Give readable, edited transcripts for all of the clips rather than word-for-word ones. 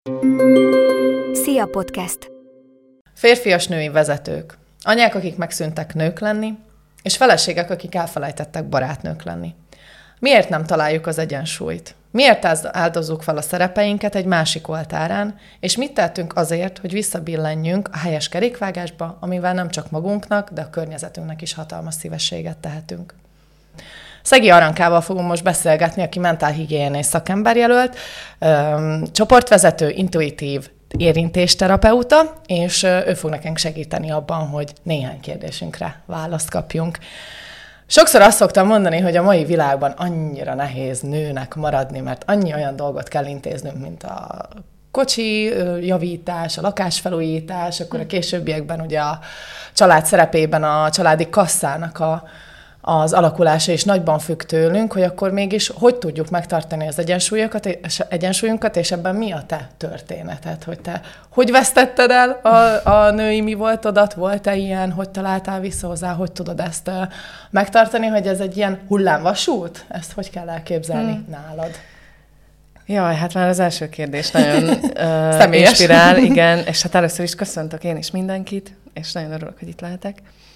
Szia Podcast! Férfias-női vezetők. Anyák, akik megszűntek nők lenni, és feleségek, akik elfelejtettek barátnők lenni. Miért nem találjuk az egyensúlyt? Miért áldozzuk fel a szerepeinket egy másik oltárán, és mit tettünk azért, hogy visszabillenjünk a helyes kerékvágásba, amivel nem csak magunknak, de a környezetünknek is hatalmas szívességet tehetünk? Szegi Arankával fogunk most beszélgetni, aki mentálhigiénész szakemberjelölt, csoportvezető, intuitív érintésterapeuta, és ő fog nekünk segíteni abban, hogy néhány kérdésünkre választ kapjunk. Sokszor azt szoktam mondani, hogy a mai világban annyira nehéz nőnek maradni, mert annyi olyan dolgot kell intéznünk, mint a kocsi javítás, a lakásfelújítás, akkor a későbbiekben ugye a család szerepében a családi kasszának az alakulása is nagyban függ tőlünk, hogy akkor mégis hogy tudjuk megtartani az egyensúlyunkat, és ebben mi a te történeted, hogy te hogy vesztetted el a női mi voltodat, volt-e ilyen, hogy találtál vissza hozzá, hogy tudod ezt megtartani, hogy ez egy ilyen hullámvasút? Ezt hogy kell elképzelni nálad? Jaj, hát már az első kérdés nagyon inspirál, igen, és hát először is köszöntök én is mindenkit, és nagyon örülök, hogy itt lehetek.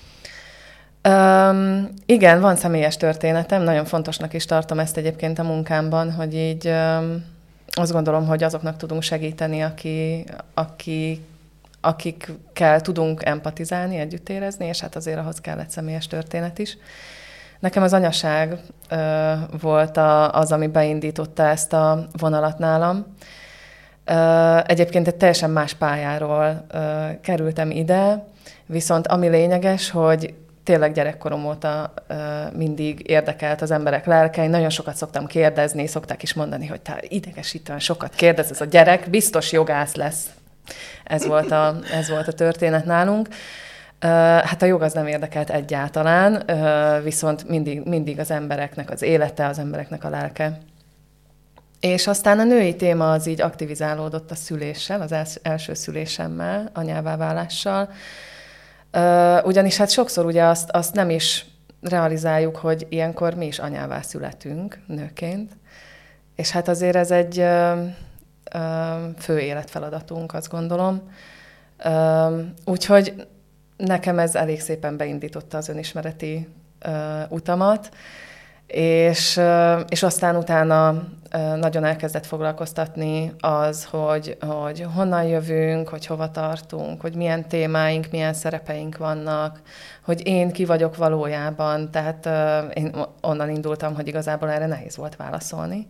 Igen, van személyes történetem, nagyon fontosnak is tartom ezt egyébként a munkámban, hogy így azt gondolom, hogy azoknak tudunk segíteni, akikkel tudunk empatizálni, együtt érezni, és hát azért ahhoz kell egy személyes történet is. Nekem az anyaság volt az, ami beindította ezt a vonalat nálam. Egyébként egy teljesen más pályáról kerültem ide, viszont ami lényeges, hogy tényleg gyerekkorom óta mindig érdekelt az emberek lelke. Én nagyon sokat szoktam kérdezni, szokták is mondani, hogy te idegesítően sokat kérdez ez a gyerek, biztos jogász lesz. Ez volt a történet nálunk. Hát a jog az nem érdekelt egyáltalán, viszont mindig az embereknek az élete, az embereknek a lelke. És aztán a női téma az így aktivizálódott a szüléssel, az első szülésemmel, anyává válással. Ugyanis hát sokszor ugye azt nem is realizáljuk, hogy ilyenkor mi is anyává születünk nőként, és hát azért ez egy fő életfeladatunk, azt gondolom. Úgyhogy nekem ez elég szépen beindította az önismereti utamat, és aztán utána nagyon elkezdett foglalkoztatni az, hogy honnan jövünk, hogy hova tartunk, hogy milyen témáink, milyen szerepeink vannak, hogy én ki vagyok valójában. Tehát én onnan indultam, hogy igazából erre nehéz volt válaszolni.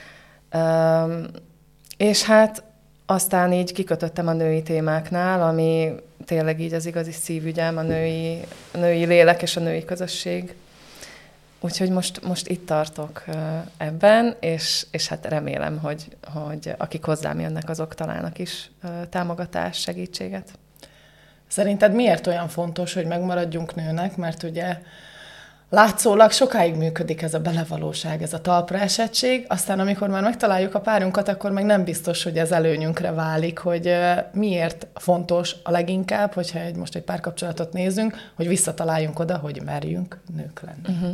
És hát aztán így kikötöttem a női témáknál, ami tényleg így az igazi szívügyem, a női lélek és a női közösség. Úgyhogy most itt tartok ebben, és hát remélem, hogy akik hozzám jönnek, azok találnak is támogatást, segítséget. Szerinted miért olyan fontos, hogy megmaradjunk nőnek? Mert ugye látszólag sokáig működik ez a belevalóság, ez a talpra esettség, aztán amikor már megtaláljuk a párunkat, akkor meg nem biztos, hogy ez előnyünkre válik, hogy miért fontos a leginkább, hogyha most egy párkapcsolatot nézünk, hogy visszataláljunk oda, hogy merjünk nők lenni. Uh-huh.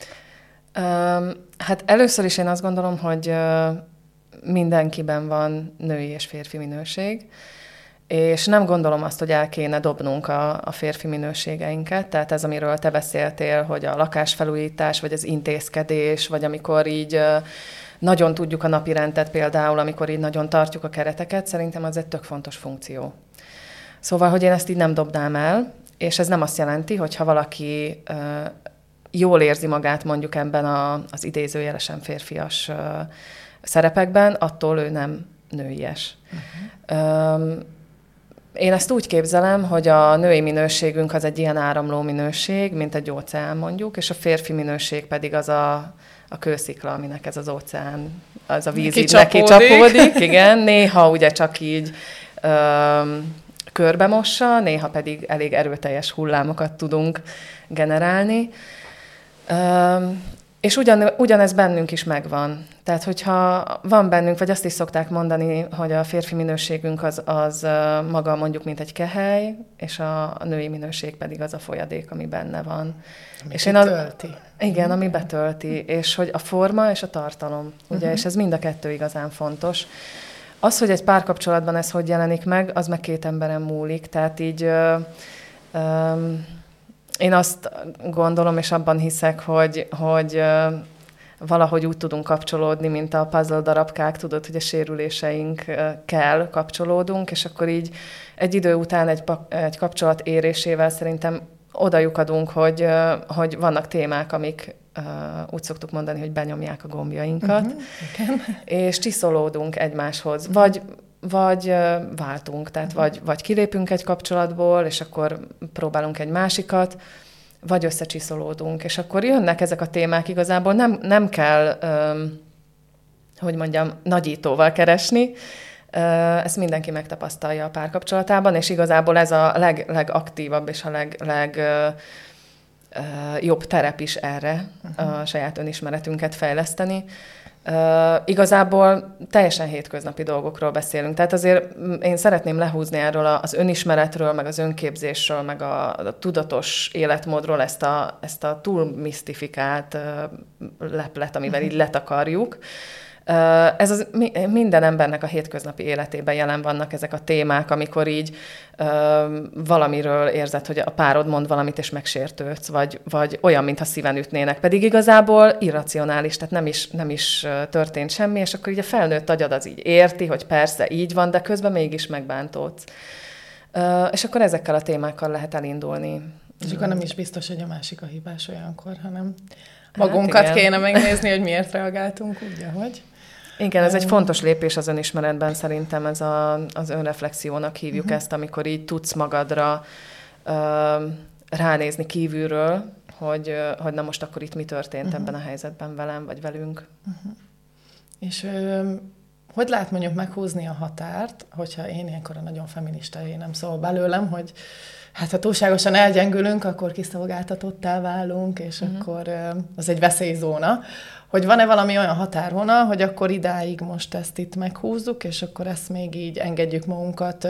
Hát először is én azt gondolom, hogy mindenkiben van női és férfi minőség, és nem gondolom azt, hogy el kéne dobnunk a férfi minőségeinket, tehát ez, amiről te beszéltél, hogy a lakásfelújítás, vagy az intézkedés, vagy amikor így nagyon tudjuk a napirendet például, amikor így nagyon tartjuk a kereteket, szerintem az egy tök fontos funkció. Szóval, hogy én ezt így nem dobnám el, és ez nem azt jelenti, hogy ha valaki jól érzi magát mondjuk ebben az idézőjelesen férfias szerepekben, attól ő nem nőies. Uh-huh. Én ezt úgy képzelem, hogy a női minőségünk az egy ilyen áramló minőség, mint egy óceán mondjuk, és a férfi minőség pedig az a kőszikla, aminek ez az óceán, az a víz így neki csapódik. Igen, néha ugye csak így körbemossa, néha pedig elég erőteljes hullámokat tudunk generálni. És ugyanez bennünk is megvan. Tehát, hogyha van bennünk, vagy azt is szokták mondani, hogy a férfi minőségünk az maga mondjuk, mint egy kehely, és a női minőség pedig az a folyadék, ami benne van. Ami betölti. Igen, ami betölti. És hogy a forma és a tartalom, ugye, és ez mind a kettő igazán fontos. Az, hogy egy párkapcsolatban ez hogy jelenik meg, az meg két emberen múlik. Tehát így én azt gondolom, és abban hiszek, hogy valahogy úgy tudunk kapcsolódni, mint a puzzle darabkák, tudod, hogy a sérüléseinkkel kapcsolódunk, és akkor így egy idő után egy kapcsolat érésével szerintem oda lyukadunk, hogy vannak témák, amik úgy szoktuk mondani, hogy benyomják a gombjainkat, és csiszolódunk egymáshoz. Vagy váltunk, tehát vagy kilépünk egy kapcsolatból, és akkor próbálunk egy másikat, vagy összecsiszolódunk. És akkor jönnek ezek a témák, igazából nem kell, hogy mondjam, nagyítóval keresni. Ezt mindenki megtapasztalja a párkapcsolatában, és igazából ez a legaktívabb és a legjobb terep is erre, a saját önismeretünket fejleszteni. Igazából teljesen hétköznapi dolgokról beszélünk. Tehát azért én szeretném lehúzni erről az önismeretről, meg az önképzésről, meg a tudatos életmódról ezt a túl misztifikált leplet, amivel így letakarjuk. Minden embernek a hétköznapi életében jelen vannak ezek a témák, amikor így valamiről érzed, hogy a párod mond valamit, és megsértődsz, vagy olyan, mintha szíven ütnének. Pedig igazából irracionális, tehát nem is történt semmi, és akkor így a felnőtt agyad az így érti, hogy persze így van, de közben mégis megbántódsz. És akkor ezekkel a témákkal lehet elindulni. És akkor nem is biztos, hogy a másik a hibás olyankor, hanem magunkat kéne megnézni, hogy miért reagáltunk úgy, ahogy. Igen, ez egy fontos lépés az önismeretben, szerintem ez az önreflexiónak hívjuk ezt, amikor így tudsz magadra ránézni kívülről, hogy na most akkor itt mi történt ebben a helyzetben velem, vagy velünk. És hogy lehet mondjuk meghúzni a határt, hogyha én ilyenkor a nagyon feminista énem szól belőlem, hogy hát ha túlságosan elgyengülünk, akkor kiszolgáltatottá válunk, és akkor az egy veszélyzóna. Hogy van-e valami olyan határvonal, hogy akkor idáig most ezt itt meghúzzuk, és akkor ezt még így engedjük magunkat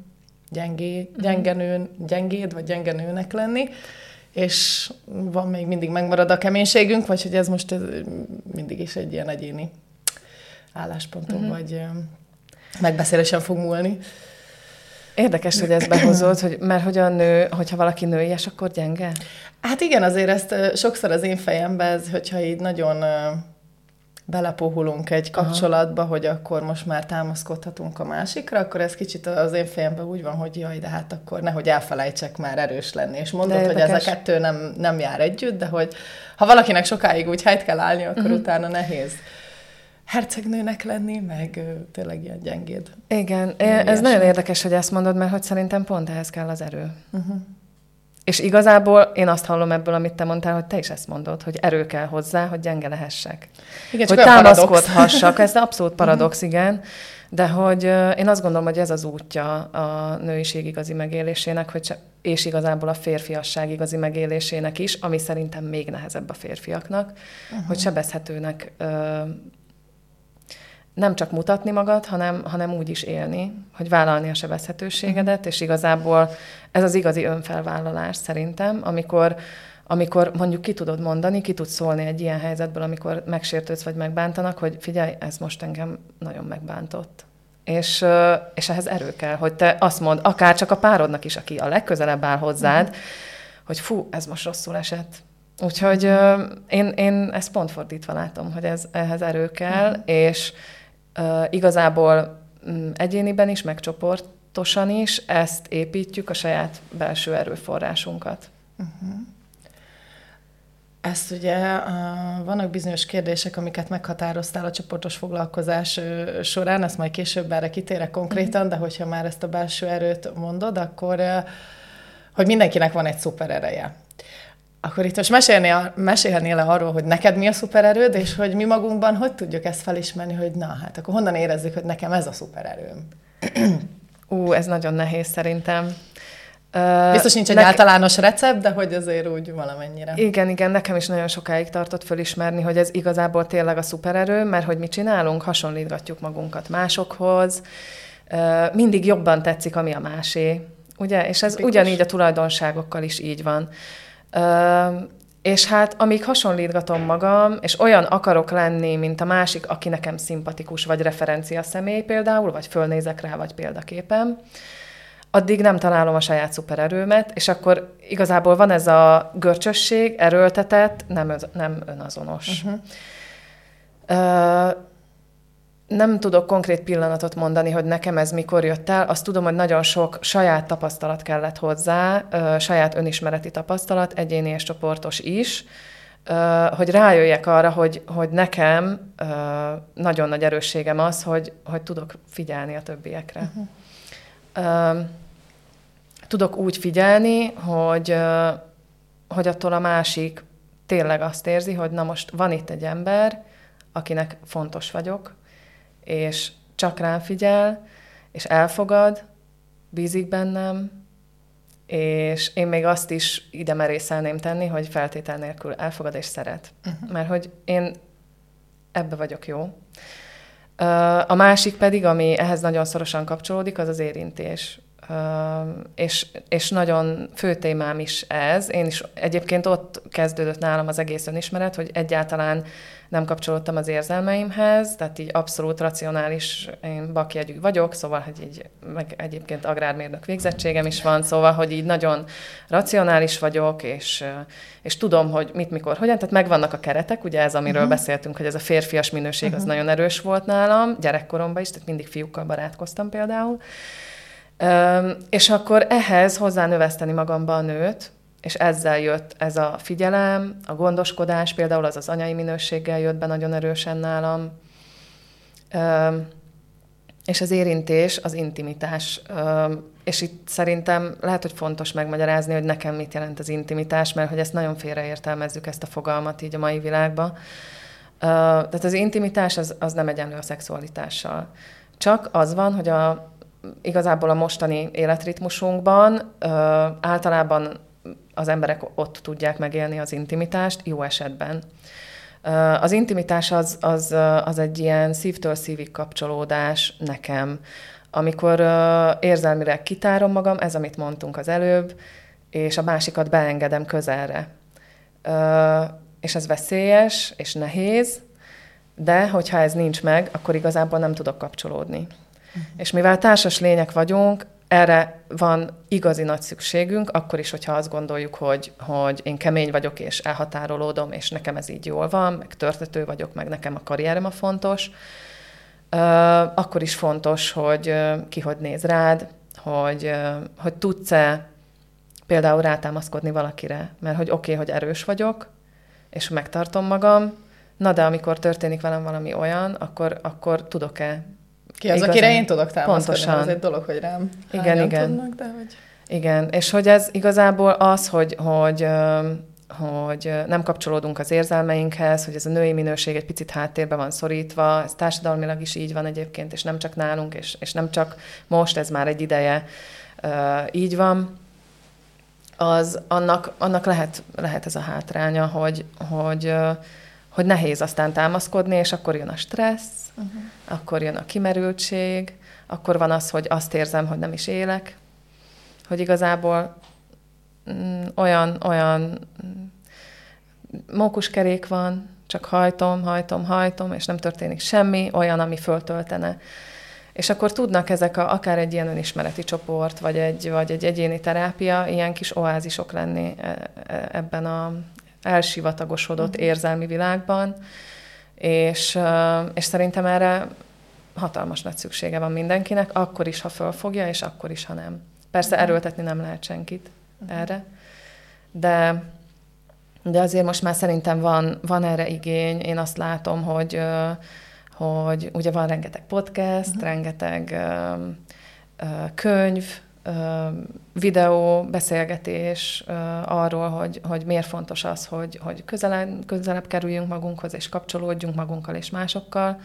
gyengéd, vagy gyenge nőnek lenni, és van még mindig megmarad a keménységünk, vagy hogy ez most mindig is egy ilyen egyéni állásponton, vagy megbeszélésen fog múlni. Érdekes, hogy ezt behozod, mert hogy a nő, hogyha valaki nőies, akkor gyenge? Hát igen, azért ezt sokszor az én fejemben, hogyha így nagyon belepuhulunk egy kapcsolatba, hogy akkor most már támaszkodhatunk a másikra, akkor ez kicsit az én fejemben úgy van, hogy jaj, de hát akkor nehogy elfelejtsek már erős lenni. És mondod, hogy ez a kettő nem jár együtt, de hogy ha valakinek sokáig úgy helyt kell állni, akkor utána nehéz hercegnőnek lenni, meg tényleg ilyen gyengéd. Igen, ez nagyon érdekes, hogy ezt mondod, mert hogy szerintem pont ehhez kell az erő. És igazából én azt hallom ebből, amit te mondtál, hogy te is ezt mondod, hogy erő kell hozzá, hogy gyenge lehessek. Igen, hogy támaszkodhassak. Ez abszolút paradox, igen. De hogy én azt gondolom, hogy ez az útja a nőiség igazi megélésének, és igazából a férfiasság igazi megélésének is, ami szerintem még nehezebb a férfiaknak, hogy sebezhetőnek nem csak mutatni magad, hanem úgy is élni, hogy vállalni a sebezhetőségedet, és igazából ez az igazi önfelvállalás szerintem, amikor mondjuk ki tudod mondani, ki tudsz szólni egy ilyen helyzetből, amikor megsértődsz vagy megbántanak, hogy figyelj, ez most engem nagyon megbántott. És ehhez erő kell, hogy te azt mondd, akár csak a párodnak is, aki a legközelebb áll hozzád, hogy fú, ez most rosszul esett. Úgyhogy én ezt pont fordítva látom, hogy ehhez erő kell, és igazából egyéniben is, meg csoportosan is ezt építjük, a saját belső erőforrásunkat. Ezt ugye vannak bizonyos kérdések, amiket meghatároztál a csoportos foglalkozás során, ezt majd később erre kitérek konkrétan, de hogyha már ezt a belső erőt mondod, akkor hogy mindenkinek van egy szuperereje. Akkor itt most mesélnél arról, hogy neked mi a szupererőd, és hogy mi magunkban hogy tudjuk ezt felismerni, hogy na, hát akkor honnan érezzük, hogy nekem ez a szupererőm? Ez nagyon nehéz szerintem. Biztos nincs egy általános recept, de hogy azért úgy valamennyire. Igen, nekem is nagyon sokáig tartott fölismerni, hogy ez igazából tényleg a szupererő, mert hogy mit csinálunk, hasonlítgatjuk magunkat másokhoz, mindig jobban tetszik, ami a másé, ugye? És ez ugyanígy a tulajdonságokkal is így van. És hát amíg hasonlítgatom magam, és olyan akarok lenni, mint a másik, aki nekem szimpatikus, vagy referencia személy például, vagy fölnézek rá, vagy példaképem, addig nem találom a saját szupererőmet, és akkor igazából van ez a görcsösség, erőltetett, nem önazonos. Nem tudok konkrét pillanatot mondani, hogy nekem ez mikor jött el. Azt tudom, hogy nagyon sok saját tapasztalat kellett hozzá, saját önismereti tapasztalat, egyéni és csoportos is, hogy rájöjjek arra, hogy nekem nagyon nagy erősségem az, hogy tudok figyelni a többiekre. Tudok úgy figyelni, hogy attól a másik tényleg azt érzi, hogy na most van itt egy ember, akinek fontos vagyok, és csak rám figyel, és elfogad, bízik bennem, és én még azt is ide merészelném tenni, hogy feltétel nélkül elfogad és szeret. Mert hogy én ebbe vagyok jó. A másik pedig, ami ehhez nagyon szorosan kapcsolódik, az az érintés. És nagyon fő témám is ez. Én is egyébként ott kezdődött nálam az egész önismeret, hogy egyáltalán nem kapcsolódtam az érzelmeimhez, tehát így abszolút racionális, én bakjegyű vagyok, szóval, hogy így, meg egyébként agrármérnök végzettségem is van, szóval, hogy így nagyon racionális vagyok, és tudom, hogy mit, mikor, hogyan, tehát megvannak a keretek, ugye ez, amiről beszéltünk, hogy ez a férfias minőség, az nagyon erős volt nálam, gyerekkoromban is, tehát mindig fiúkkal barátkoztam például. És akkor ehhez hozzánöveszteni magamba a nőt, és ezzel jött ez a figyelem, a gondoskodás, például az anyai minőséggel jött be nagyon erősen nálam, és az érintés, az intimitás. És itt szerintem lehet, hogy fontos megmagyarázni, hogy nekem mit jelent az intimitás, mert hogy ezt nagyon félreértelmezzük, ezt a fogalmat így a mai világban. Tehát az intimitás az nem egyenlő a szexualitással. Csak az van, hogy igazából a mostani életritmusunkban általában az emberek ott tudják megélni az intimitást, jó esetben. Az intimitás az egy ilyen szívtől szívig kapcsolódás nekem, amikor érzelmileg kitárom magam, ez, amit mondtunk az előbb, és a másikat beengedem közelre. És ez veszélyes és nehéz, de hogyha ez nincs meg, akkor igazából nem tudok kapcsolódni. És mivel társas lények vagyunk, erre van igazi nagy szükségünk, akkor is, hogyha azt gondoljuk, hogy én kemény vagyok, és elhatárolódom, és nekem ez így jól van, meg törtető vagyok, meg nekem a karrierem a fontos, akkor is fontos, hogy ki hogy néz rád, hogy tudsz-e például rátámaszkodni valakire, mert hogy oké, hogy erős vagyok, és megtartom magam, na de amikor történik velem valami olyan, akkor tudok-e ki az, akire én tudok támaszkodni, pontosan. Ez egy dolog, hogy rám igen. tudnak, de hogy... Igen, és hogy ez igazából az, hogy nem kapcsolódunk az érzelmeinkhez, hogy ez a női minőség egy picit háttérbe van szorítva, ez társadalmilag is így van egyébként, és nem csak nálunk, és nem csak most, ez már egy ideje így van, annak lehet ez a hátránya, hogy nehéz aztán támaszkodni, és akkor jön a stressz, akkor jön a kimerültség, akkor van az, hogy azt érzem, hogy nem is élek, hogy igazából olyan mókuskerék van, csak hajtom, és nem történik semmi, olyan, ami föltöltene. És akkor tudnak ezek akár egy ilyen önismereti csoport, vagy egy egyéni terápia, ilyen kis oázisok lenni ebben a elsivatagosodott érzelmi világban, és szerintem erre hatalmas nagy szüksége van mindenkinek, akkor is, ha fölfogja, és akkor is, ha nem. Persze erőltetni nem lehet senkit erre, de azért most már szerintem van erre igény. Én azt látom, hogy ugye van rengeteg podcast, rengeteg könyv, videó, beszélgetés arról, hogy miért fontos az, hogy közelebb kerüljünk magunkhoz, és kapcsolódjunk magunkkal és másokkal.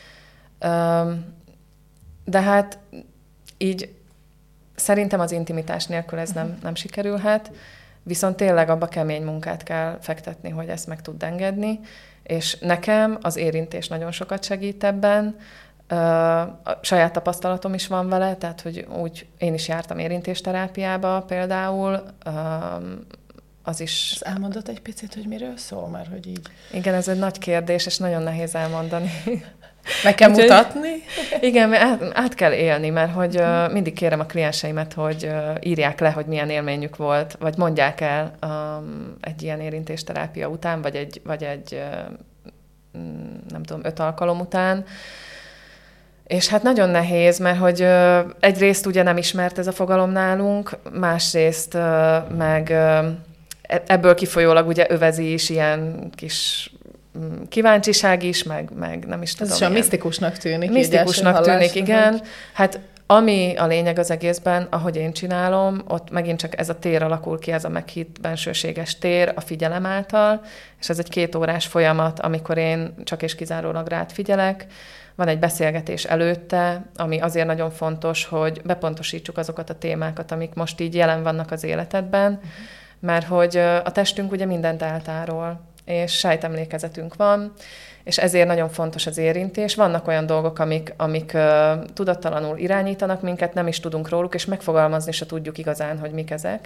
De hát így szerintem az intimitás nélkül ez nem sikerülhet, viszont tényleg abba kemény munkát kell fektetni, hogy ezt meg tud engedni, és nekem az érintés nagyon sokat segít ebben. A saját tapasztalatom is van vele, tehát hogy úgy én is jártam érintésterápiába például, az is... Ezt elmondott egy picit, hogy miről szól, mert hogy így... Igen, ez egy nagy kérdés, és nagyon nehéz elmondani. Meg kell mutatni? Igen, át kell élni, mert hogy mindig kérem a klienseimet, hogy írják le, hogy milyen élményük volt, vagy mondják el egy ilyen érintésterápia után, vagy egy nem tudom, 5 alkalom után. És hát nagyon nehéz, mert hogy egyrészt ugye nem ismert ez a fogalom nálunk, másrészt meg ebből kifolyólag ugye övezi is ilyen kis kíváncsiság is, meg nem is tudom. Ez is olyan misztikusnak tűnik. Misztikusnak tűnik, igen. Hát ami a lényeg az egészben, ahogy én csinálom, ott megint csak ez a tér alakul ki, ez a meghitt bensőséges tér a figyelem által, és ez egy 2 órás folyamat, amikor én csak és kizárólag rád figyelek. Van egy beszélgetés előtte, ami azért nagyon fontos, hogy bepontosítsuk azokat a témákat, amik most így jelen vannak az életedben, mert hogy a testünk ugye mindent eltárol, és sejtemlékezetünk van, és ezért nagyon fontos az érintés. Vannak olyan dolgok, amik tudattalanul irányítanak minket, nem is tudunk róluk, és megfogalmazni se tudjuk igazán, hogy mik ezek.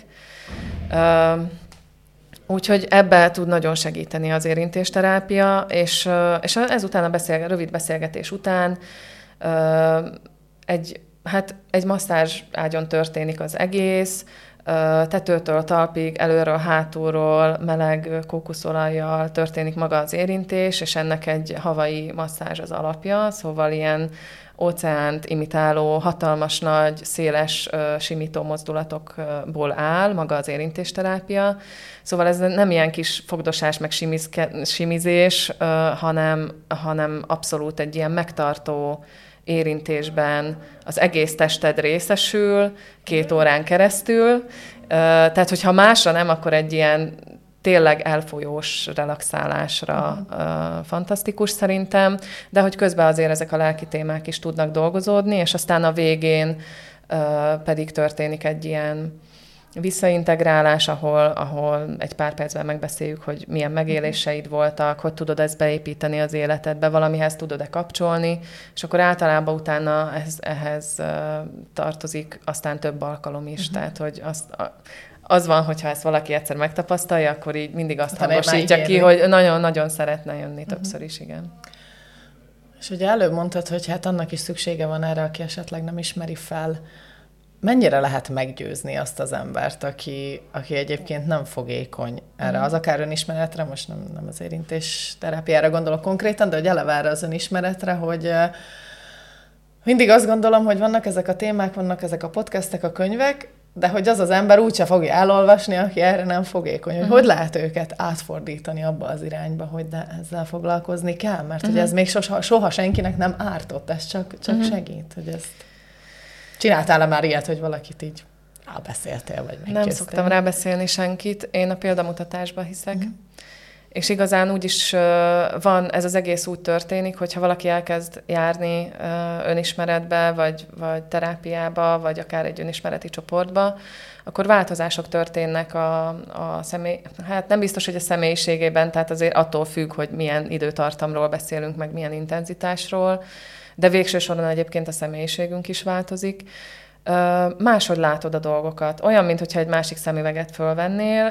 Úgyhogy ebbe tud nagyon segíteni az érintésterápia, és ezután a rövid beszélgetés után egy masszázs ágyon történik az egész, tetőtől talpig, előről, hátulról, meleg kókuszolajjal történik maga az érintés, és ennek egy havai masszázs az alapja, szóval ilyen óceánt imitáló, hatalmas, nagy, széles simító mozdulatokból áll maga az érintésterápia. Szóval ez nem ilyen kis fogdosás, meg simizés, hanem abszolút egy ilyen megtartó érintésben az egész tested részesül 2 órán keresztül. Tehát, hogyha másra nem, akkor egy ilyen tényleg elfolyós relaxálásra fantasztikus szerintem, de hogy közben azért ezek a lelki témák is tudnak dolgozódni, és aztán a végén pedig történik egy ilyen visszaintegrálás, ahol egy pár percben megbeszéljük, hogy milyen megéléseid voltak, hogy tudod ezt beépíteni az életedbe, valamihez tudod-e kapcsolni, és akkor általában utána ehhez tartozik aztán több alkalom is, tehát hogy az van, hogyha ezt valaki egyszer megtapasztalja, akkor így mindig azt hangosítja ki, hogy nagyon-nagyon szeretne jönni többször is, igen. És ugye előbb mondtad, hogy hát annak is szüksége van erre, aki esetleg nem ismeri fel. Mennyire lehet meggyőzni azt az embert, aki egyébként nem fogékony erre, az akár önismeretre, most nem az érintésterápiára gondolok konkrétan, de hogy eleve erre az önismeretre, hogy mindig azt gondolom, hogy vannak ezek a témák, vannak ezek a podcastek, a könyvek, de hogy az ember úgyse fogja elolvasni, aki erre nem fogékony. Hogy lehet őket átfordítani abba az irányba, hogy de ezzel foglalkozni kell, mert hogy ez még soha senkinek nem ártott, ez csak segít, hogy ezt... Csináltál-e már ilyet, hogy valakit így rábeszéltél, vagy meggyőztél? Nem szoktam rábeszélni senkit, én a példamutatásba hiszek. És igazán úgy is van, ez az egész úgy történik, hogyha valaki elkezd járni önismeretbe, vagy terápiába, vagy akár egy önismereti csoportba, akkor változások történnek a személy... Hát nem biztos, hogy a személyiségében, tehát azért attól függ, hogy milyen időtartamról beszélünk, meg milyen intenzitásról, de végső soron egyébként a személyiségünk is változik. Máshogy látod a dolgokat. Olyan, mintha egy másik szemüveget fölvennél,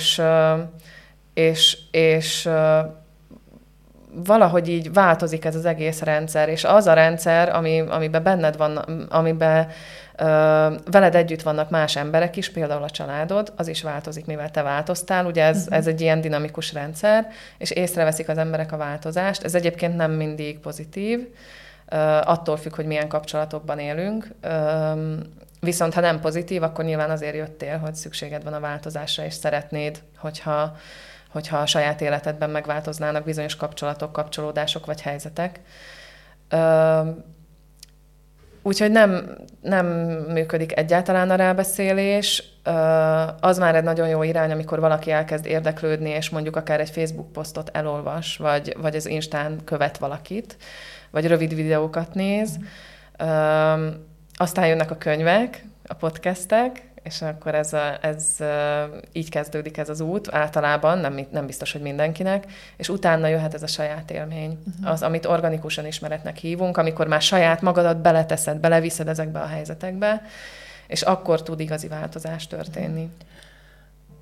és valahogy így változik ez az egész rendszer, és az a rendszer, amiben benned van, amiben veled együtt vannak más emberek is, például a családod, az is változik, mivel te változtál. Ugye ez egy ilyen dinamikus rendszer, és észreveszik az emberek a változást. Ez egyébként nem mindig pozitív, attól függ, hogy milyen kapcsolatokban élünk. Viszont ha nem pozitív, akkor nyilván azért jöttél, hogy szükséged van a változásra, és szeretnéd, hogyha a saját életedben megváltoznának bizonyos kapcsolatok, kapcsolódások vagy helyzetek. Úgyhogy nem működik egyáltalán a rábeszélés. Az már egy nagyon jó irány, amikor valaki elkezd érdeklődni, és mondjuk akár egy Facebook posztot elolvas, vagy az Instán követ valakit, vagy rövid videókat néz. Aztán jönnek a könyvek, a podcastek, és akkor ez így kezdődik ez az út, általában, nem biztos, hogy mindenkinek, és utána jöhet ez a saját élmény, az, amit organikus önismeretnek hívunk, amikor már saját magadat beleteszed, beleviszed ezekbe a helyzetekbe, és akkor tud igazi változás történni.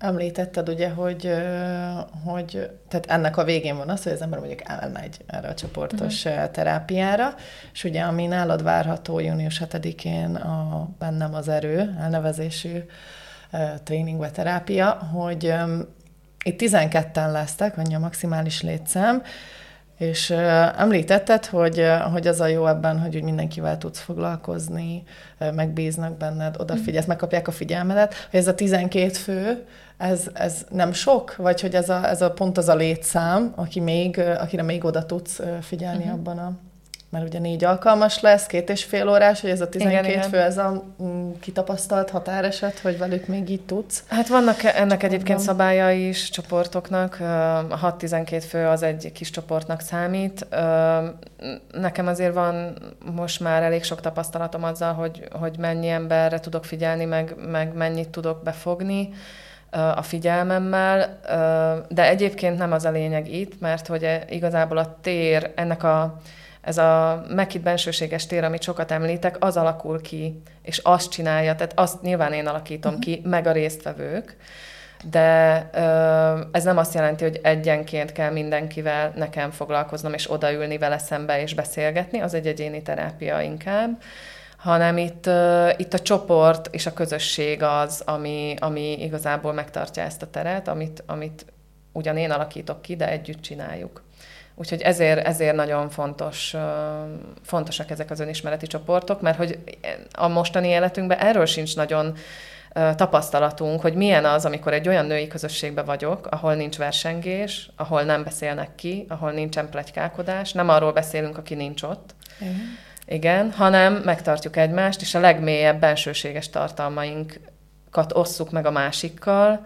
Említetted ugye, hogy tehát ennek a végén van az, hogy az ember mondjuk elmegy erre a csoportos terápiára, és ugye ami nálad várható június 7-én a Bennem az erő elnevezésű tréning vagy terápia, hogy itt 12-en lesztek, annyi a maximális létszám, és említetted, hogy az a jó ebben, hogy úgy mindenkivel tudsz foglalkozni, megbíznak benned, odafigyelsz, megkapják a figyelmedet, hogy ez a 12 fő, ez nem sok? Vagy hogy ez a pont az a létszám, akire még oda tudsz figyelni abban mert ugye 4 alkalmas lesz, 2,5 órás, hogy ez a 12 igen. fő, ez a kitapasztalt határeset, hogy velük még így tudsz. Hát vannak ennek egyébként szabályai is csoportoknak. A 6-12 fő az egy kis csoportnak számít. Nekem azért van most már elég sok tapasztalatom azzal, hogy mennyi emberre tudok figyelni, meg mennyit tudok befogni a figyelmemmel, de egyébként nem az a lényeg itt, mert hogy igazából a tér, ez a meghitt bensőséges tér, amit sokat említek, az alakul ki, és azt csinálja, tehát azt nyilván én alakítom ki, meg a résztvevők, de ez nem azt jelenti, hogy egyenként kell mindenkivel nekem foglalkoznom, és odaülni vele szembe, és beszélgetni, az egy egyéni terápia inkább, hanem itt a csoport és a közösség az, ami igazából megtartja ezt a teret, amit ugyan én alakítok ki, de együtt csináljuk. Úgyhogy ezért nagyon fontosak ezek az önismereti csoportok, mert hogy a mostani életünkben erről sincs nagyon tapasztalatunk, hogy milyen az, amikor egy olyan női közösségben vagyok, ahol nincs versengés, ahol nem beszélnek ki, ahol nincsen pletykálkodás, nem arról beszélünk, aki nincs ott. Igen, hanem megtartjuk egymást, és a legmélyebb bensőséges tartalmainkat osszuk meg a másikkal,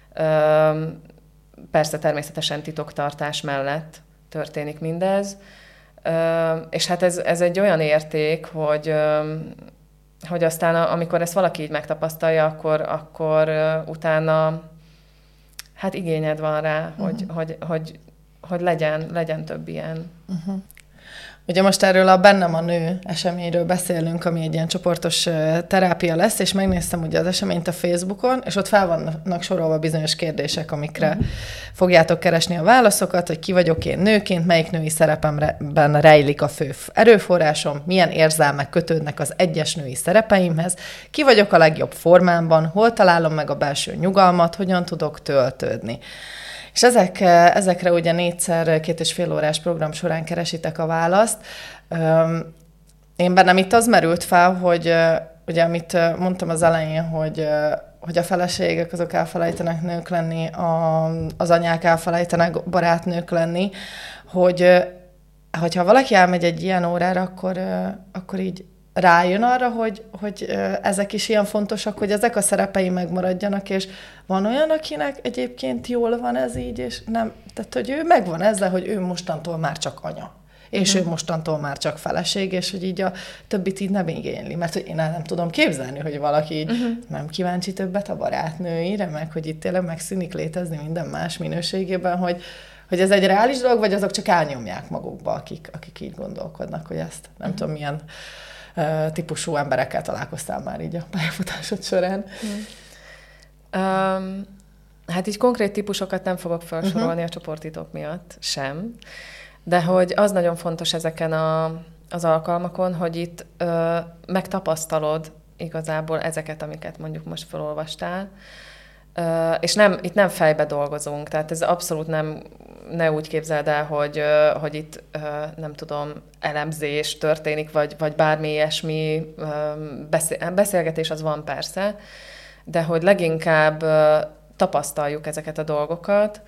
persze természetesen titoktartás mellett történik mindez, és hát ez egy olyan érték, hogy aztán amikor ezt valaki így megtapasztalja, akkor utána hát igényed van rá, hogy legyen több ilyen. Ugye most erről a Bennem a nő eseményről beszélünk, ami egy ilyen csoportos terápia lesz, és megnéztem ugye az eseményt a Facebookon, és ott fel vannak sorolva bizonyos kérdések, amikre fogjátok keresni a válaszokat, hogy ki vagyok én nőként, melyik női szerepemben rejlik a fő erőforrásom, milyen érzelmek kötődnek az egyes női szerepeimhez, ki vagyok a legjobb formámban, hol találom meg a belső nyugalmat, hogyan tudok töltődni. És ezekre ugye 2,5 órás program során keresitek a választ. Én bennem itt az merült fel, hogy ugye amit mondtam az elején, hogy a feleségek azok elfelejtenek nők lenni, az anyák elfelejtenek barátnők lenni, hogyha valaki elmegy egy ilyen órára, akkor így rájön arra, hogy ezek is ilyen fontosak, hogy ezek a szerepei megmaradjanak, és van olyan, akinek egyébként jól van ez így, és nem, tehát hogy ő megvan ezzel, hogy ő mostantól már csak anya, és ő mostantól már csak feleség, és hogy így a többit így nem igényli, mert hogy én nem tudom képzelni, hogy valaki így nem kíváncsi többet a barátnőire, meg hogy itt tényleg megszűnik létezni minden más minőségében, hogy ez egy reális dolog, vagy azok csak elnyomják magukba, akik így gondolkodnak, hogy ezt nem tudom milyen típusú emberekkel találkoztál már így a pályafutásod során? Hát így konkrét típusokat nem fogok felsorolni a csoportitok miatt sem, de hogy az nagyon fontos ezeken az alkalmakon, hogy itt megtapasztalod igazából ezeket, amiket mondjuk most felolvastál, és itt nem fejbe dolgozunk, tehát ez abszolút ne úgy képzeld el, hogy itt nem tudom, elemzés történik, vagy bármi ilyesmi beszélgetés az van persze, de hogy leginkább tapasztaljuk ezeket a dolgokat.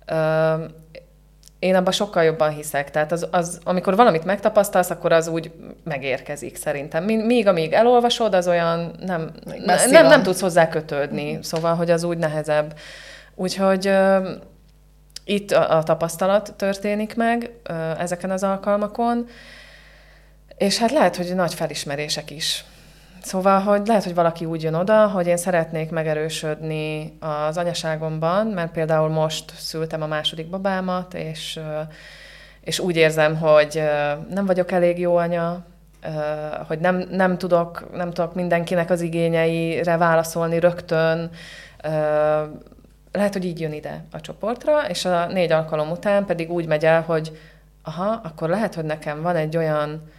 Én abban sokkal jobban hiszek, tehát amikor valamit megtapasztalsz, akkor az úgy megérkezik szerintem. Míg amíg elolvasod, az olyan nem tudsz hozzá kötődni, szóval, hogy az úgy nehezebb. Úgyhogy itt a tapasztalat történik meg ezeken az alkalmakon, és hát lehet, hogy nagy felismerések is. Szóval, hogy lehet, hogy valaki úgy jön oda, hogy én szeretnék megerősödni az anyaságomban, mert például most szültem a második babámat, és úgy érzem, hogy nem vagyok elég jó anya, hogy nem tudok mindenkinek az igényeire válaszolni rögtön, lehet, hogy így jön ide a csoportra, és a 4 alkalom után pedig úgy megy el, hogy akkor lehet, hogy nekem van egy olyan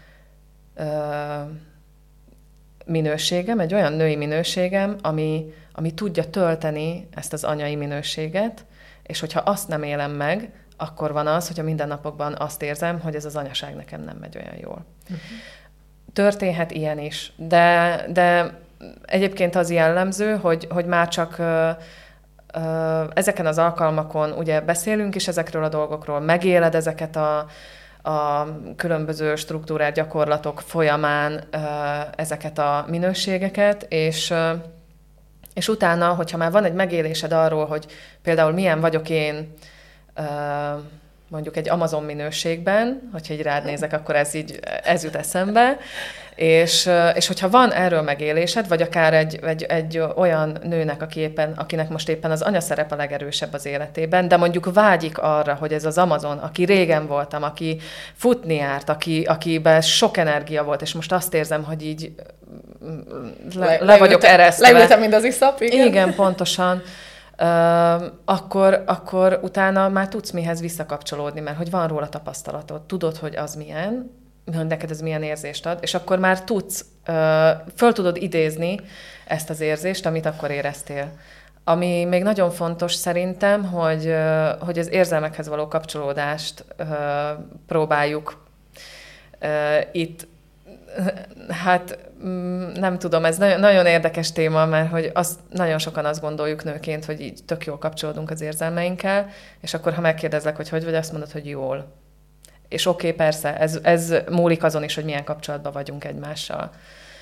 minőségem, egy olyan női minőségem, ami tudja tölteni ezt az anyai minőséget, és hogyha azt nem élem meg, akkor van az, hogy a mindennapokban azt érzem, hogy ez az anyaság nekem nem megy olyan jól. Történhet ilyen is, de egyébként az jellemző, hogy már csak ezeken az alkalmakon ugye beszélünk is ezekről a dolgokról, megéled ezeket a különböző struktúrát, gyakorlatok folyamán ezeket a minőségeket, és utána, hogyha már van egy megélésed arról, hogy például milyen vagyok én mondjuk egy Amazon minőségben, hogyha így rád nézek, akkor ez jut eszembe, és hogyha van erről megélésed, vagy akár egy olyan nőnek, akinek most éppen az anyaszerep a legerősebb az életében, de mondjuk vágyik arra, hogy ez az Amazon, aki régen voltam, aki futni járt, akiben sok energia volt, és most azt érzem, hogy így le vagyok eresztve. Leültem, mint az iszap, igen. Igen, pontosan. Akkor utána már tudsz mihez visszakapcsolódni, mert hogy van róla tapasztalatod, tudod, hogy az milyen, hogy neked ez milyen érzést ad, és akkor már tudsz, föl tudod idézni ezt az érzést, amit akkor éreztél. Ami még nagyon fontos szerintem, hogy az érzelmekhez való kapcsolódást próbáljuk itt, hát nem tudom, ez nagyon érdekes téma, mert hogy nagyon sokan azt gondoljuk nőként, hogy így tök jól kapcsolódunk az érzelmeinkkel, és akkor, ha megkérdezlek, hogy vagy, azt mondod, hogy jól. És oké, persze, ez múlik azon is, hogy milyen kapcsolatban vagyunk egymással.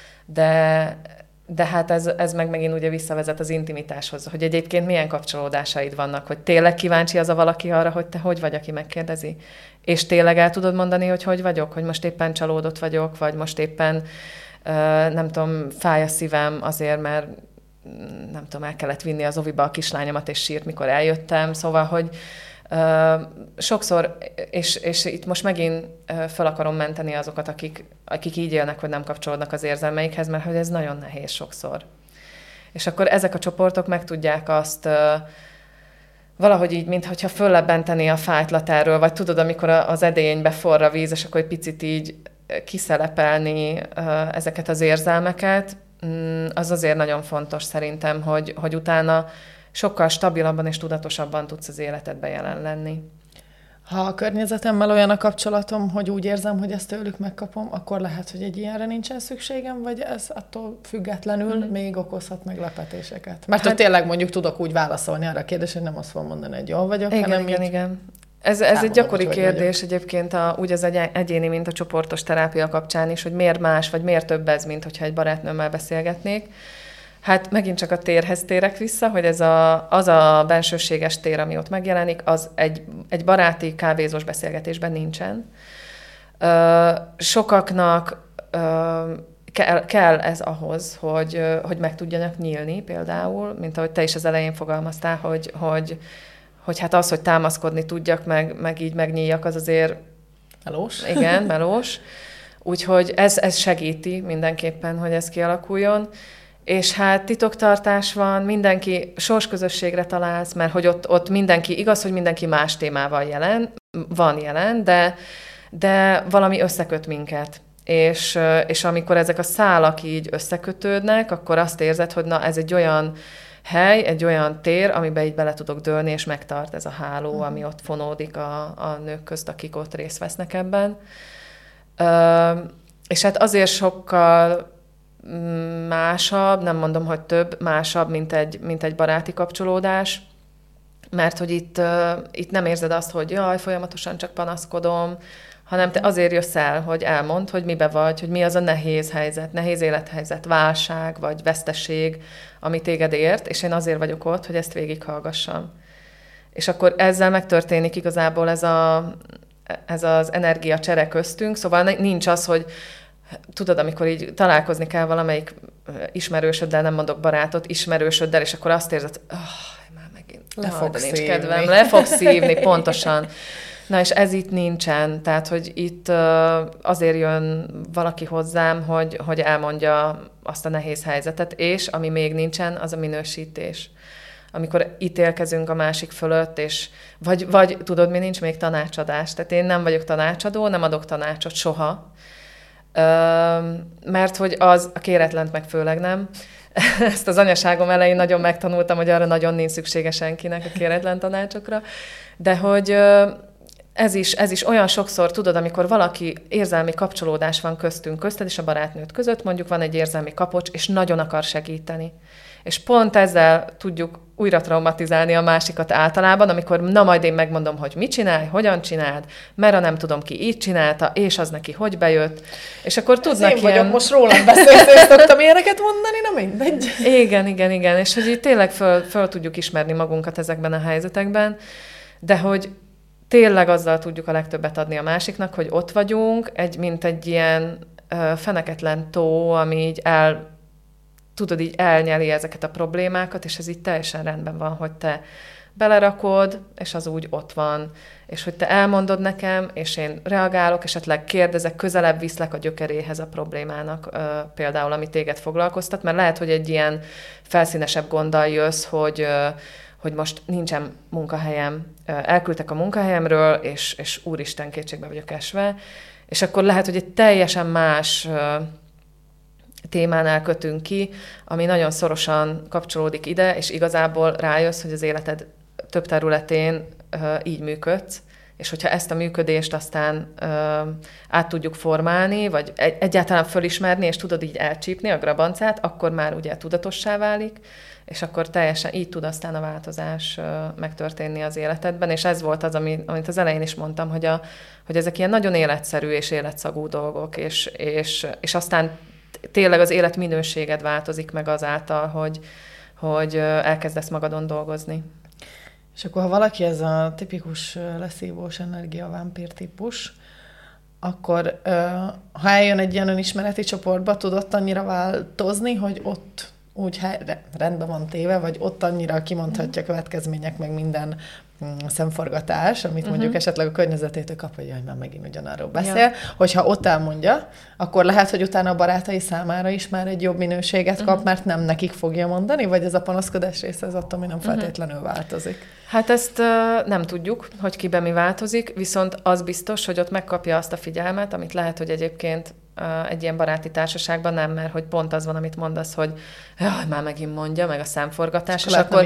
De hát ez megint ugye visszavezet az intimitáshoz, hogy egyébként milyen kapcsolódásaid vannak, hogy tényleg kíváncsi az a valaki arra, hogy te hogy vagy, aki megkérdezi. És tényleg el tudod mondani, hogy vagyok, hogy most éppen csalódott vagyok, vagy most éppen nem tudom, fáj a szívem azért, mert nem tudom, el kellett vinni az oviba a kislányomat, és sírt, mikor eljöttem. Szóval, hogy sokszor, és itt most megint fel akarom menteni azokat, akik így élnek, hogy nem kapcsolódnak az érzelmeikhez, mert hogy ez nagyon nehéz sokszor. És akkor ezek a csoportok meg tudják azt valahogy így, mintha föllebbenteni a fájtlat erről, vagy tudod, amikor az edénybe forr a víz, és akkor egy picit így kiszelepelni ezeket az érzelmeket, az azért nagyon fontos szerintem, hogy utána sokkal stabilabban és tudatosabban tudsz az életedben jelen lenni. Ha a környezetemmel olyan a kapcsolatom, hogy úgy érzem, hogy ezt tőlük megkapom, akkor lehet, hogy egy ilyenre nincsen szükségem, vagy ez attól függetlenül még okozhat meglepetéseket? Mert hát, tényleg mondjuk tudok úgy válaszolni arra a kérdésre, hogy nem azt fogom mondani, hogy jól vagyok, hanem igen. Ez egy gyakori kérdés egyébként úgy az egyéni, mint a csoportos terápia kapcsán is, hogy miért más, vagy miért több ez, mint hogyha egy barátnőmmel beszélgetnék. Hát megint csak a térhez térek vissza, hogy az a bensőséges tér, ami ott megjelenik, az egy baráti kávézós beszélgetésben nincsen. Sokaknak kell ez ahhoz, hogy meg tudjanak nyílni például, mint ahogy te is az elején fogalmaztál, hogy hát az, hogy támaszkodni tudjak, meg így megnyíljak, az azért... Melós. Igen, melós. Úgyhogy ez segíti mindenképpen, hogy ez kialakuljon. És hát titoktartás van, mindenki sorsközösségre találsz, mert hogy ott mindenki, igaz, hogy mindenki más témával van jelen, de valami összeköt minket. És amikor ezek a szálak így összekötődnek, akkor azt érzed, hogy na, ez egy olyan hely, egy olyan tér, amiben így bele tudok dőlni, és megtart ez a háló, ami ott fonódik a nők közt, akik ott részt vesznek ebben. És hát azért sokkal másabb, nem mondom, hogy másabb, mint egy baráti kapcsolódás, mert hogy itt nem érzed azt, hogy jaj, folyamatosan csak panaszkodom, hanem te azért jössz el, hogy elmondd, hogy mibe vagy, hogy mi az a nehéz helyzet, nehéz élethelyzet, válság vagy veszteség, ami téged ért, és én azért vagyok ott, hogy ezt végighallgassam. És akkor ezzel megtörténik igazából ez az energiacsere köztünk, szóval nincs az, hogy tudod, amikor így találkozni kell valamelyik ismerősöddel, nem mondok barátot, ismerősöddel, és akkor azt érzed, már megint le fog szívni, pontosan. Na, és ez itt nincsen, tehát, hogy itt azért jön valaki hozzám, hogy elmondja azt a nehéz helyzetet, és ami még nincsen, az a minősítés. amikor ítélkezünk a másik fölött, és vagy tudod, mi nincs még tanácsadás. Tehát én nem vagyok tanácsadó, nem adok tanácsot soha, mert hogy az a kéretlent meg főleg nem. Ezt az anyaságom elején nagyon megtanultam, hogy arra nagyon nincs szüksége senkinek a kéretlen tanácsokra, de hogy ez is olyan sokszor, tudod, amikor valaki érzelmi kapcsolódás van közted és a barátnőd között, mondjuk van egy érzelmi kapocs, és nagyon akar segíteni. És pont ezzel tudjuk újra traumatizálni a másikat általában, amikor na majd én megmondom, hogy mit csinálj, hogyan csináld, mert nem tudom ki így csinálta, és az neki hogy bejött. És akkor tudnak én vagyok, most rólam beszélsz, és szoktam ilyeneket mondani, na mindegy. Igen. És hogy így tényleg föl tudjuk ismerni magunkat ezekben a helyzetekben, de hogy tényleg azzal tudjuk a legtöbbet adni a másiknak, hogy ott vagyunk, mint egy ilyen feneketlen tó, ami így így elnyeli ezeket a problémákat, és ez így teljesen rendben van, hogy te belerakod, és az úgy ott van, és hogy te elmondod nekem, és én reagálok, esetleg kérdezek, közelebb viszlek a gyökeréhez a problémának, például, ami téged foglalkoztat, mert lehet, hogy egy ilyen felszínesebb gonddal jössz, hogy most nincsen munkahelyem, elküldtek a munkahelyemről, és úristen, kétségbe vagyok esve, és akkor lehet, hogy egy teljesen más témánál kötünk ki, ami nagyon szorosan kapcsolódik ide, és igazából rájössz, hogy az életed több területén így működsz, és hogyha ezt a működést aztán át tudjuk formálni, vagy egyáltalán fölismerni, és tudod így elcsípni a grabancát, akkor már ugye tudatossá válik, és akkor teljesen így tud aztán a változás megtörténni az életedben, és ez volt az, amit az elején is mondtam, hogy ezek ilyen nagyon életszerű és életszagú dolgok, és aztán tényleg az életminőséged változik meg azáltal, hogy elkezdesz magadon dolgozni. És akkor, ha valaki ez a tipikus leszívós energiavámpír típus, akkor ha eljön egy ilyen önismereti csoportba, tud ott annyira változni, hogy ott úgy rendben van téve, vagy ott annyira kimondhatja következmények, meg minden szemforgatás, amit mondjuk esetleg a környezetétől kap, hogy jaj, már megint ugyanarról beszél, hogyha ott elmondja, akkor lehet, hogy utána a barátai számára is már egy jobb minőséget kap, mert nem nekik fogja mondani, vagy ez a panaszkodás része az attól, ami nem feltétlenül változik. Hát ezt nem tudjuk, hogy kiben mi változik, viszont az biztos, hogy ott megkapja azt a figyelmet, amit lehet, hogy egyébként egy ilyen baráti társaságban nem, mert hogy pont az van, amit mondasz, hogy jaj, már megint mondja, meg a számforgatás, és akkor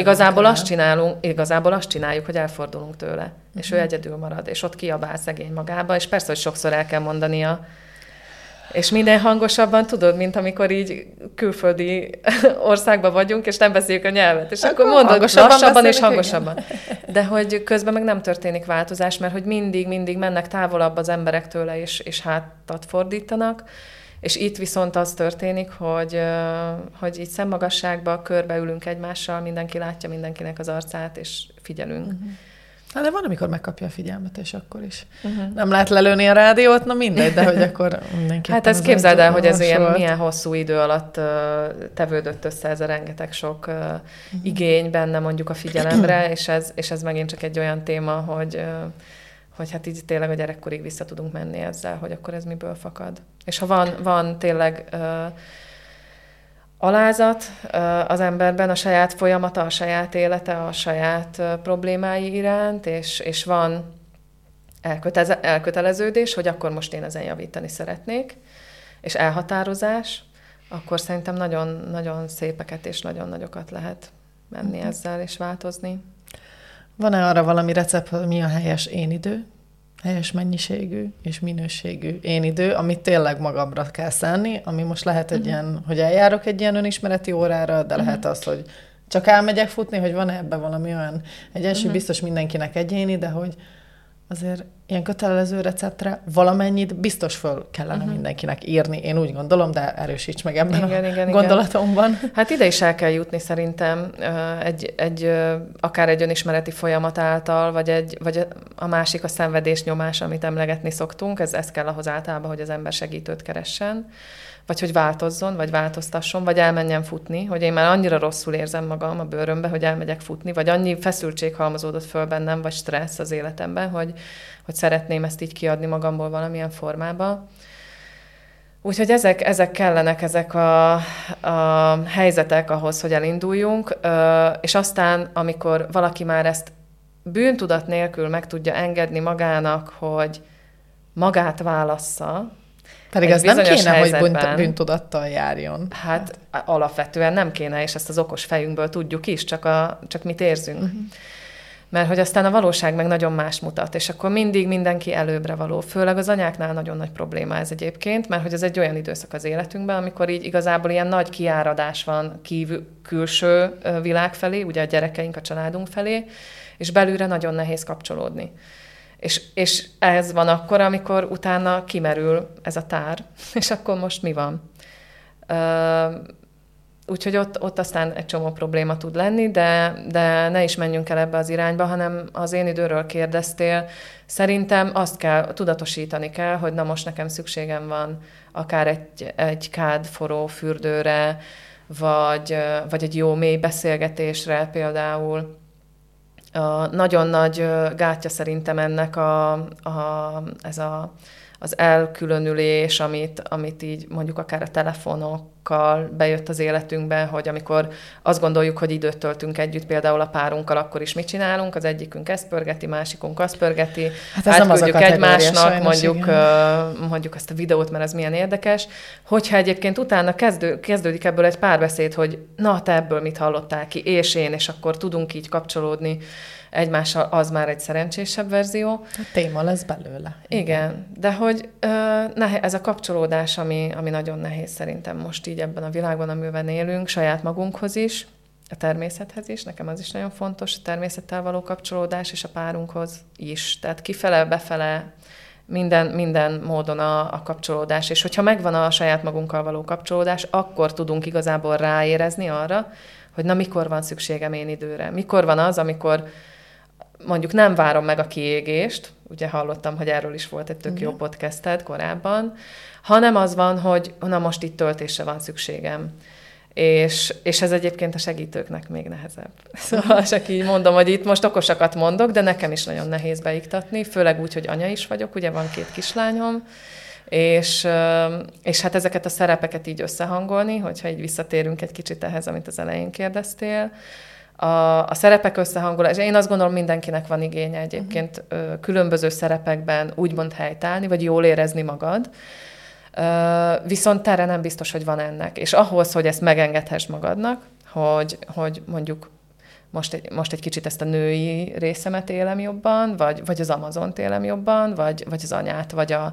igazából azt csináljuk, hogy elfordulunk tőle, és ő egyedül marad, és ott kiabál szegény magába, és persze, hogy sokszor el kell mondania, és minden hangosabban, tudod, mint amikor így külföldi országban vagyunk, és nem beszéljük a nyelvet. És akkor mondod lassabban és hangosabban. De hogy közben meg nem történik változás, mert hogy mindig mennek távolabb az emberek tőle, és hátat fordítanak. És itt viszont az történik, hogy így szemmagasságban körbeülünk egymással, mindenki látja mindenkinek az arcát, és figyelünk. De van, amikor megkapja a figyelmet, és akkor is. Nem lehet lelőni a rádiót, na mindegy, de hogy akkor mindenképpen... Hát ezt képzeld el, hogy ez milyen hosszú idő alatt tevődött össze ez a rengeteg sok igény benne mondjuk a figyelemre, és ez megint csak egy olyan téma, hogy hát így tényleg a gyerekkorig vissza tudunk menni ezzel, hogy akkor ez miből fakad. És ha van tényleg... alázat az emberben, a saját folyamata, a saját élete, a saját problémái iránt, és van elköteleződés, hogy akkor most én ezen javítani szeretnék, és elhatározás, akkor szerintem nagyon, nagyon szépeket és nagyon nagyokat lehet menni ezzel és változni. Van-e arra valami recept, hogy mi a helyes énidő? Helyes mennyiségű és minőségű énidő, amit tényleg magamra kell szánni, ami most lehet egy ilyen, hogy eljárok egy ilyen önismereti órára, de lehet az, hogy csak elmegyek futni, hogy van ebben valami olyan egyensúly, biztos mindenkinek egyéni, de hogy azért ilyen kötelező receptre valamennyit biztos föl kellene mindenkinek írni. Én úgy gondolom, de erősíts meg ebben a gondolatomban. Hát ide is el kell jutni szerintem akár egy önismereti folyamat által, vagy a másik a szenvedés nyomás, amit emlegetni szoktunk. Ez kell ahhoz általában, hogy az ember segítőt keressen, vagy hogy változzon, vagy változtasson, vagy elmenjen futni, hogy én már annyira rosszul érzem magam a bőrömbe, hogy elmegyek futni, vagy annyi feszültség halmozódott föl bennem, vagy stressz az életemben, hogy szeretném ezt így kiadni magamból valamilyen formába. Úgyhogy ezek kellenek, ezek a helyzetek ahhoz, hogy elinduljunk, és aztán, amikor valaki már ezt bűntudat nélkül meg tudja engedni magának, hogy magát válassza, pedig az nem kéne, hogy bűntudattal járjon. Hát alapvetően nem kéne, és ezt az okos fejünkből tudjuk is, csak mit érzünk. Uh-huh. Mert hogy aztán a valóság meg nagyon más mutat, és akkor mindig mindenki előbbre való. Főleg az anyáknál nagyon nagy probléma ez egyébként, mert hogy ez egy olyan időszak az életünkben, amikor így igazából ilyen nagy kiáradás van külső világ felé, ugye a gyerekeink, a családunk felé, és belülre nagyon nehéz kapcsolódni. És ez van akkor, amikor utána kimerül ez a tár, és akkor most mi van? Úgyhogy ott aztán egy csomó probléma tud lenni, de ne is menjünk el ebbe az irányba, hanem az én időről kérdeztél. Szerintem azt kell, tudatosítani kell, hogy na most nekem szükségem van akár egy kád forró fürdőre, vagy egy jó mély beszélgetésre például. Nagyon nagy gátja szerintem ennek az elkülönülés, amit így mondjuk akár a telefonokkal bejött az életünkbe, hogy amikor azt gondoljuk, hogy időt töltünk együtt például a párunkkal, akkor is mit csinálunk? Az egyikünk ezt pörgeti, másikunk azt pörgeti, hát átküldjük egymásnak mondjuk ezt a videót, mert ez milyen érdekes. Hogyha egyébként utána kezdődik ebből egy párbeszéd, hogy na, te ebből mit hallottál ki, és én, és akkor tudunk így kapcsolódni egymással, az már egy szerencsésebb verzió. A téma lesz belőle. Igen, de hogy ez a kapcsolódás, ami nagyon nehéz szerintem most így ebben a világban, amiben élünk, saját magunkhoz is, a természethez is, nekem az is nagyon fontos, a természettel való kapcsolódás, és a párunkhoz is. Tehát kifele, befele, minden módon a kapcsolódás. És hogyha megvan a saját magunkkal való kapcsolódás, akkor tudunk igazából ráérezni arra, hogy na mikor van szükségem én időre. Mikor van az, amikor mondjuk nem várom meg a kiégést, ugye hallottam, hogy erről is volt egy tök jó podcasted korábban, hanem az van, hogy na most itt töltésre van szükségem. És ez egyébként a segítőknek még nehezebb. Szóval csak így mondom, hogy itt most okosakat mondok, de nekem is nagyon nehéz beiktatni, főleg úgy, hogy anya is vagyok, ugye van 2 kislányom, és hát ezeket a szerepeket így összehangolni, hogyha így visszatérünk egy kicsit ehhez, amit az elején kérdeztél. A szerepek összehangolása, én azt gondolom, mindenkinek van igénye egyébként különböző szerepekben úgymond helytállni, vagy jól érezni magad, viszont terre nem biztos, hogy van ennek. És ahhoz, hogy ezt megengedhess magadnak, hogy mondjuk most egy kicsit ezt a női részemet élem jobban, vagy az Amazont élem jobban, vagy az anyát,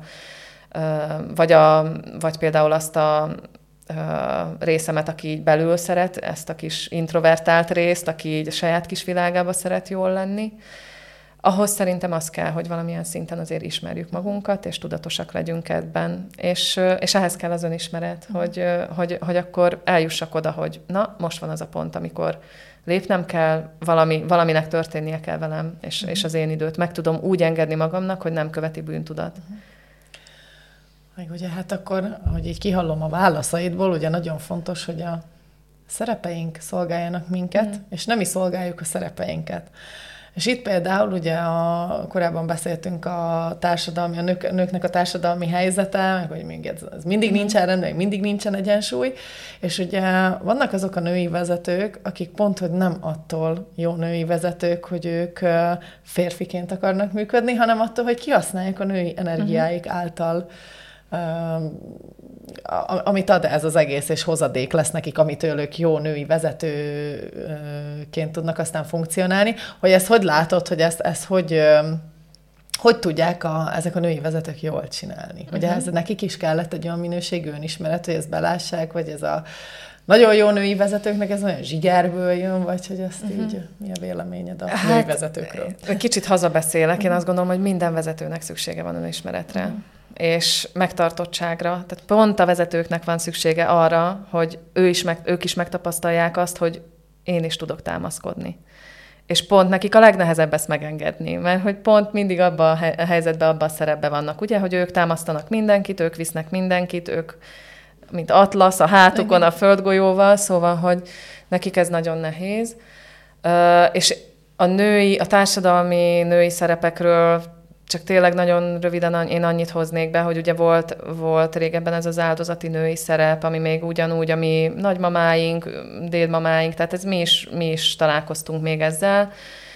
vagy például azt a részemet, aki így belül szeret, ezt a kis introvertált részt, aki így a saját kis világába szeret jól lenni. Ahhoz szerintem az kell, hogy valamilyen szinten azért ismerjük magunkat, és tudatosak legyünk ebben. És ehhez kell az önismeret, hogy akkor eljussak oda, hogy na, most van az a pont, amikor lépnem kell, valaminek történnie kell velem, és az én időt meg tudom úgy engedni magamnak, hogy nem követi bűntudat. Meg ugye hát akkor, hogy így kihallom a válaszaidból, ugye nagyon fontos, hogy a szerepeink szolgáljanak minket, és nem mi szolgáljuk a szerepeinket. És itt például ugye korábban beszéltünk a nőknek a társadalmi helyzete, meg hogy még ez mindig nincsen rendben, még mindig nincsen egyensúly, és ugye vannak azok a női vezetők, akik pont, hogy nem attól jó női vezetők, hogy ők férfiként akarnak működni, hanem attól, hogy kihasználják a női energiáik által amit ad ez az egész, és hozadék lesz nekik, amitől ők jó női vezetőként tudnak aztán funkcionálni. Hogy ezt hogy látod, hogy ezt hogy tudják ezek a női vezetők jól csinálni? Hogy ez nekik is kellett egy olyan minőségű önismeret, hogy ezt belássák, vagy ez a nagyon jó női vezetőknek ez olyan zsigerből jön, vagy hogy ezt így, mi a véleményed a női vezetőkről? Kicsit hazabeszélek, én azt gondolom, hogy minden vezetőnek szüksége van önismeretre. És megtartottságra. Tehát pont a vezetőknek van szüksége arra, hogy ők is megtapasztalják azt, hogy én is tudok támaszkodni. És pont nekik a legnehezebb ezt megengedni, mert hogy pont mindig abban a helyzetben, abban a szerepben vannak, ugye, hogy ők támasztanak mindenkit, ők visznek mindenkit, ők mint Atlasz a hátukon a földgolyóval, szóval, hogy nekik ez nagyon nehéz. És a társadalmi női szerepekről Csak tényleg nagyon röviden én annyit hoznék be, hogy ugye volt régebben ez az áldozati női szerep, ami még ugyanúgy, ami nagymamáink, dédmamáink, tehát ez mi is találkoztunk még ezzel.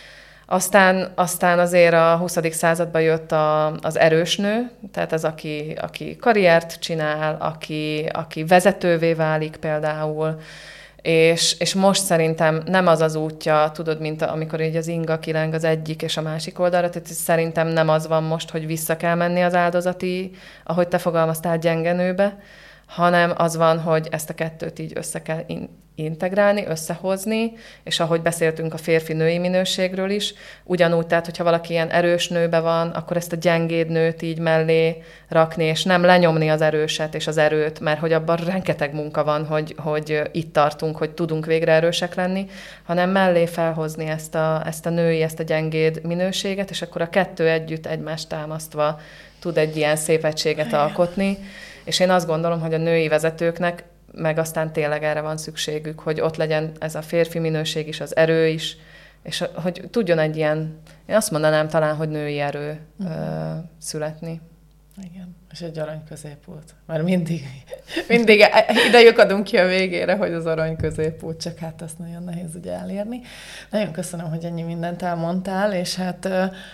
Aztán azért a 20. században jött az erős nő, tehát ez, aki karriert csinál, aki vezetővé válik például, és most szerintem nem az útja, tudod, mint amikor így az inga kileng az egyik és a másik oldalra, tehát szerintem nem az van most, hogy vissza kell menni az áldozati, ahogy te fogalmaztál, gyenge nőbe, hanem az van, hogy ezt a kettőt így össze kell integrálni, összehozni, és ahogy beszéltünk a férfi-női minőségről is, ugyanúgy, tehát hogyha valaki ilyen erős nőbe van, akkor ezt a gyengéd nőt így mellé rakni, és nem lenyomni az erőset és az erőt, mert hogy abban rengeteg munka van, hogy itt tartunk, hogy tudunk végre erősek lenni, hanem mellé felhozni ezt a női, ezt a gyengéd minőséget, és akkor a kettő együtt egymást támasztva tud egy ilyen szép egységet alkotni, és én azt gondolom, hogy a női vezetőknek meg aztán tényleg erre van szükségük, hogy ott legyen ez a férfi minőség is, az erő is, és hogy tudjon egy ilyen, én azt mondanám talán, hogy női erő születni. Igen, és egy arany középút. Mert mindig ide lyukadunk ki a végére, hogy az arany középút, csak hát azt nagyon nehéz ugye elérni. Nagyon köszönöm, hogy ennyi mindent elmondtál, és hát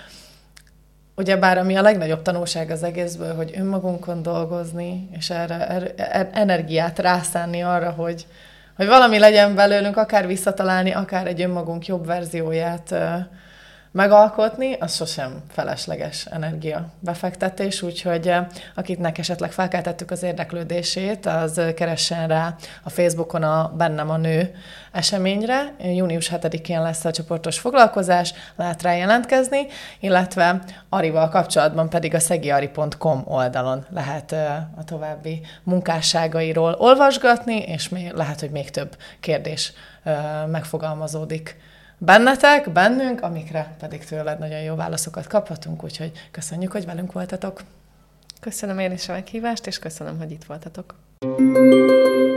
ugyebár ami a legnagyobb tanulság az egészből, hogy önmagunkon dolgozni, és erre energiát rászánni arra, hogy valami legyen belőlünk, akár visszatalálni, akár egy önmagunk jobb verzióját megalkotni, az sosem felesleges energia befektetés, úgyhogy akiknek esetleg felkeltettük az érdeklődését, az keressen rá a Facebookon a Bennem a Nő eseményre. Június 7-én lesz a csoportos foglalkozás, lehet rá jelentkezni, illetve Arival kapcsolatban pedig a szegiari.com oldalon lehet a további munkásságairól olvasgatni, és lehet, hogy még több kérdés megfogalmazódik bennünk, amikre pedig tőled nagyon jó válaszokat kaphatunk, úgyhogy köszönjük, hogy velünk voltatok. Köszönöm én is a meghívást, és köszönöm, hogy itt voltatok.